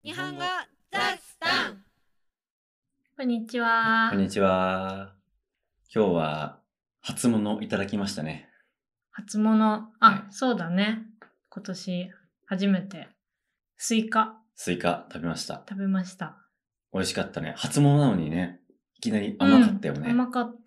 日本語ザスタン。 こんにちは。 こんにちは。今日は初物いただきましたね。 初物。 はいそうだね。今年初めてスイカスイカ食べました。 食べました。 美味しかったね。初物なのにね、いきなり甘かったよね。 甘かった。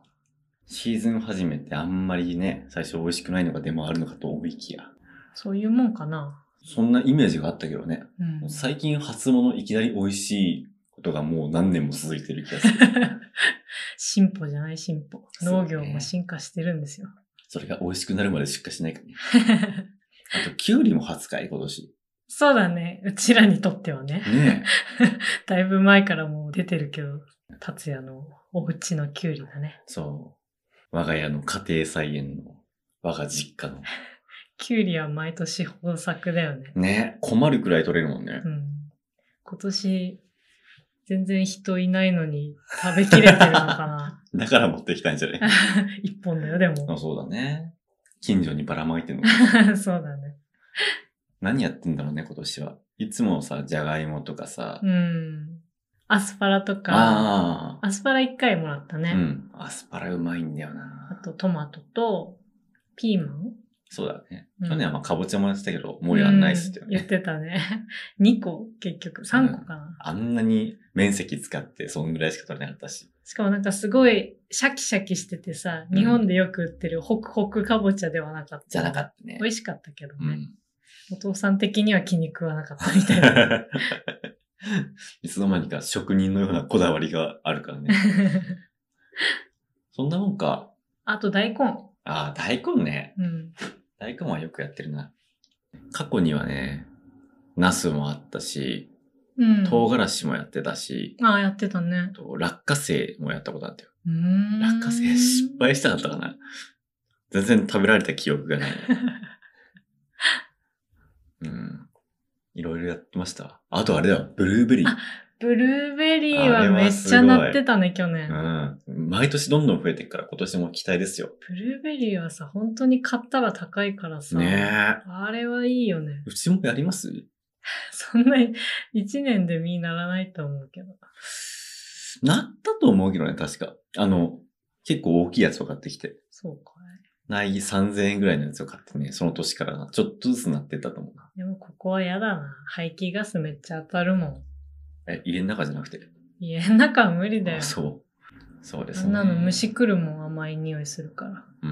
シーズン初めてあんまりね、最初美味しくないのがでもあるのかと思いきや。 そういうもんかな。 そんなイメージがあったけどね。 うん、 最近初物いきなり美味しいことがもう何年も続いてる気がする。 進歩じゃない進歩。 そうね農業も進化してるんですよ。 それが美味しくなるまで出荷しないからね。あと、キュウリも初回今年。 そうだね。うちらにとってはね。 ねだいぶ前からもう出てるけど、達也のお家のキュウリだね。 そう。我が家の家庭菜園の、我が実家の。 キュウリは毎年豊作だよね。 ね、困るくらい取れるもんね。 うん。今年、全然人いないのに食べきれてるのかな。 だから持ってきたんじゃない一本だよ、でも。 あ、そうだね。近所にばらまいてんの。 そうだね。 何やってんだろうね、今年は。いつもさ、じゃがいもとかさ。 うん。アスパラとか。 あアスパラ1回もらったね。 うん。アスパラうまいんだよあな。 とトマトと、ピーマンそうだね。 うん去年はまあかぼちゃもやってたけど、もうやんないっすよね。 言ってたね。2個、結局。3個かな。 あんなに面積使ってそんぐらいしか取れなかったし。 しかもなんかすごいシャキシャキしててさ、日本でよく売ってるホクホクかぼちゃではなかった。 じゃなかったね。 美味しかったけどね。 うん。 お父さん的には気に食わなかったみたいな。 いつの間にか職人のようなこだわりがあるからね。そんなもんか。 あと大根。 ああ、大根ね。 うん。 大根はよくやってるな。過去にはね、ナスもあったし、 うん。 唐辛子もやってたし、 やってたね。 あと落花生もやったことあったよ。 落落花生失敗したかったかな。全然食べられた記憶がない。うん。いろいろやってました。あとあれだよ、ブルーベリー。 ブルーベリーはめっちゃなってたね、去年。 毎年どんどん増えていくから今年も期待ですよ。 ブルーベリーはさ、本当に買ったら高いからさ。 ねえ。 あれはいいよね。 うちもやります？ そんな1年で実ならないと思うけど。 なったと思うけどね、確か。結構大きいやつを買ってきて。 そうかない3000円ぐらいのやつを買ってね、その年からちょっとずつなってったと思うな。 でもここはやだな。排気ガスめっちゃ当たるもん。 家の中じゃなくて。 家の中は無理だよ。 そう。そうですね。 あんなの虫来るもん、甘い匂いするから。 うん。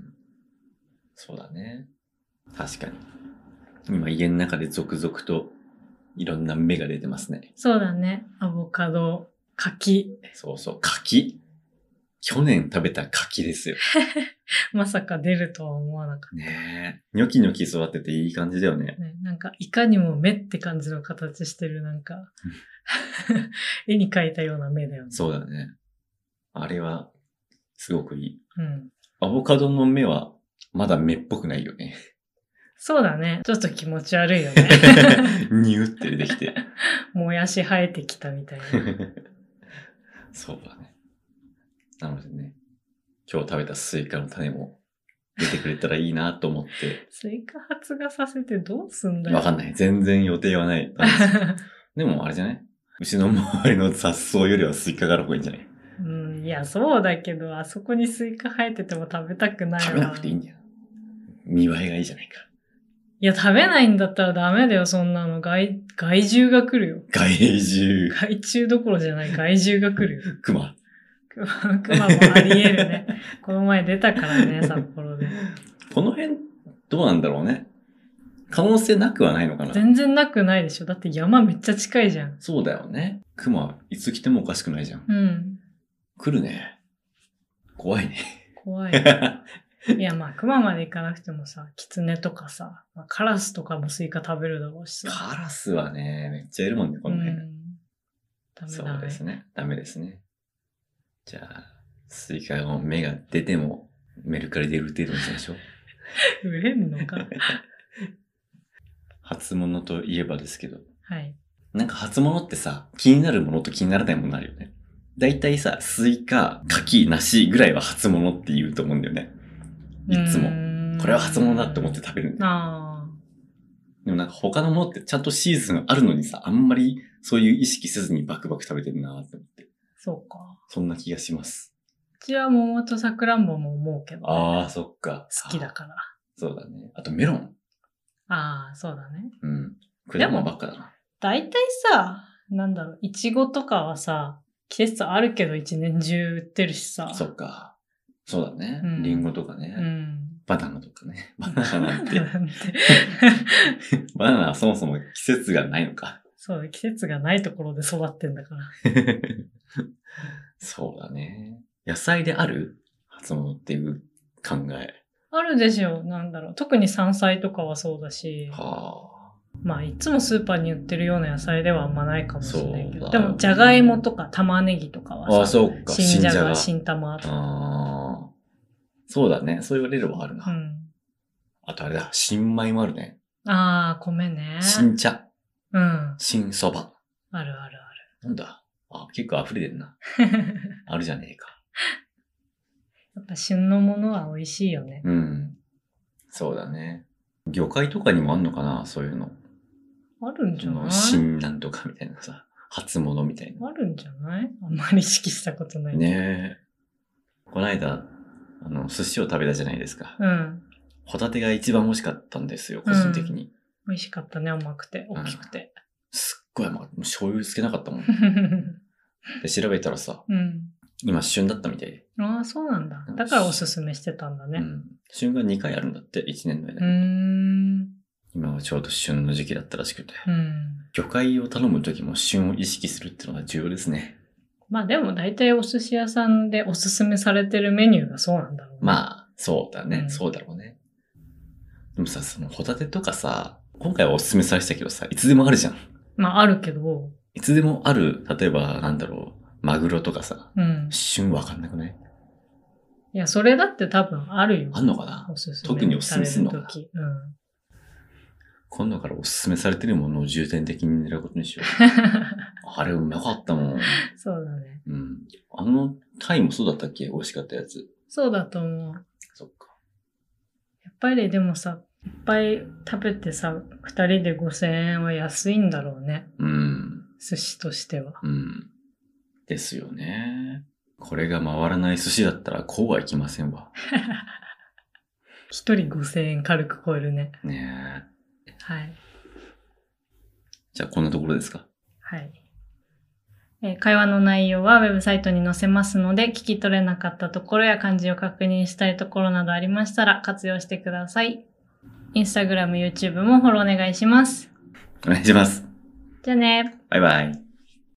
そうだね。確かに。今家の中で続々といろんな芽が出てますね。 そうだね。アボカド、柿。 そうそう。柿。去年食べた柿ですよ。 まさか出るとは思わなかった。 ねえ。ニョキニョキ育ってていい感じだよね。 ね、なんか、いかにも目って感じの形してる、なんか、絵に描いたような目だよね。 そうだね。あれは、すごくいい。 うん。 アボカドの芽は、まだ芽っぽくないよね。 そうだね。ちょっと気持ち悪いよね。 ニューって出てきて。 もやし生えてきたみたいな。 そうだね。なのでね、今日食べたスイカの種も出てくれたらいいなと思って。 スイカ発芽させてどうすんだよ。 わかんない。全然予定はない。でもあれじゃないうちの周りの雑草よりはスイカがある方がいいんじゃないうん、いや、そうだけど、あそこにスイカ生えてても食べたくないわ。 食べなくていいんだよ。見栄えがいいじゃないか。 いや、食べないんだったらダメだよ、そんなの。害獣が来るよ。 害獣。 害虫どころじゃない、害獣が来るよ。 熊。 クマもあり得るね。この前出たからね、札幌で。 この辺、どうなんだろうね。可能性なくはないのかな。 全然なくないでしょ。だって山めっちゃ近いじゃん。 そうだよね。熊、いつ来てもおかしくないじゃん。 うん。 来るね。怖いね。 怖い。いや、まあ、熊まで行かなくてもさ、キツネとかさ、まあカラスとかもスイカ食べるだろうしさ。 カラスはね、めっちゃいるもんね、この辺。 ダメそだね。 うですね。ダメですね。じゃあ、スイカの芽が出ても、メルカリで売る程度にしましょう。 売れんのか。 初物といえばですけど。 はい。 なんか初物ってさ、気になるものと気にならないものあるよね。だいたいさ、スイカ、柿、梨ぐらいは初物って言うと思うんだよね。いつも。これは初物だって思って食べるんだよ。 ああ。 でもなんか他のものってちゃんとシーズンあるのにさ、あんまりそういう意識せずにバクバク食べてるなって思って。 そうか。 そんな気がします。 うちは桃とさくらんぼも思うけど、ね。 ああ、そっか。 好きだから。 そうだね。あとメロン。 ああ、そうだね。 うん。果物ばっかだな。 だいたいさ、なんだろう、いちごとかはさ、季節あるけど一年中売ってるしさ。 そっか。そうだね。 うんリンゴとかね。 うん。 バナナとかね。バナナなんて。 なんてバナナはそもそも季節がないのか。 そう、季節がないところで育ってんだから。 そうだね。野菜である初物っていう考え。 あるでしょ、なんだろう。特に山菜とかはそうだし。 はあ。 まあ、いつもスーパーに売ってるような野菜ではあんまないかもしれないけど。 そうだよでも、じゃがいもとか玉ねぎとかはさ。 あ、そうか。 新じゃが、 新じゃが。 新玉とか。 ああ。そうだね。そう言われればあるな。 うん。 あとあれだ。新米もあるね。 ああ、米ね。 新茶。 うん。あ新蕎麦。 るあるあなんだ。あ、結構溢れてんな。 る。 あるじゃねえか。 やっぱ旬のものは美味しいよね。 うん。そうだね。魚介とかにもあんのかなそういうの。 あるんじゃない新なんとかみたいなさ。初物みたいな。 あるんじゃないあんまり意識したことない。 ねえ。この間、寿司を食べたじゃないですか。 うん。 ホタテが一番美味しかったんですよ、個人的に。 美味しかったね、甘くて、大きくて。 すっごい甘かった。もう醤油つけなかったもん。で、調べたらさ、 うん。 今旬だったみたいで。 ああ、そうなんだ。だからおすすめしてたんだね。 うん。旬が2回あるんだって、1年の間うに。 ん。 今はちょうど旬の時期だったらしくて。 うん。 魚介を頼むときも旬を意識するっていうのが重要ですね。 まあでも大体お寿司屋さんでおすすめされてるメニューがそうなんだろうね。 まあ、そうだね。 うんそうだろうね。でもさ、そのホタテとかさ、今回はおすすめされてたけどさ、いつでもあるじゃん。 まああるけど、 いつでもある、例えばなんだろう、マグロとかさ、 うん。 旬わかんなくない？ いや、それだって多分あるよ。 あんのかな？ おすすめ特におすすめすんのかなされる時。うん。 今度からおすすめされてるものを重点的に狙うことにしよう。あれうまかったもん。 そうだね。 うん。タイもそうだったっけ？美味しかったやつ。 そうだと思う。 そっか。 やっぱりでもさ、いっぱい食べてさ、二人で5000円は安いんだろうね。寿司としては。 ですよね。これが回らない寿司だったらこうはいきませんわ。 一人5000円軽く超えるね。 ねえ。 はい。 じゃあこんなところですか？ はい。会話の内容はウェブサイトに載せますので、聞き取れなかったところや漢字を確認したいところなどありましたら活用してください。インスタグラム、YouTube もフォローお願いします。 お願いします。 じゃあね。 バイバイ。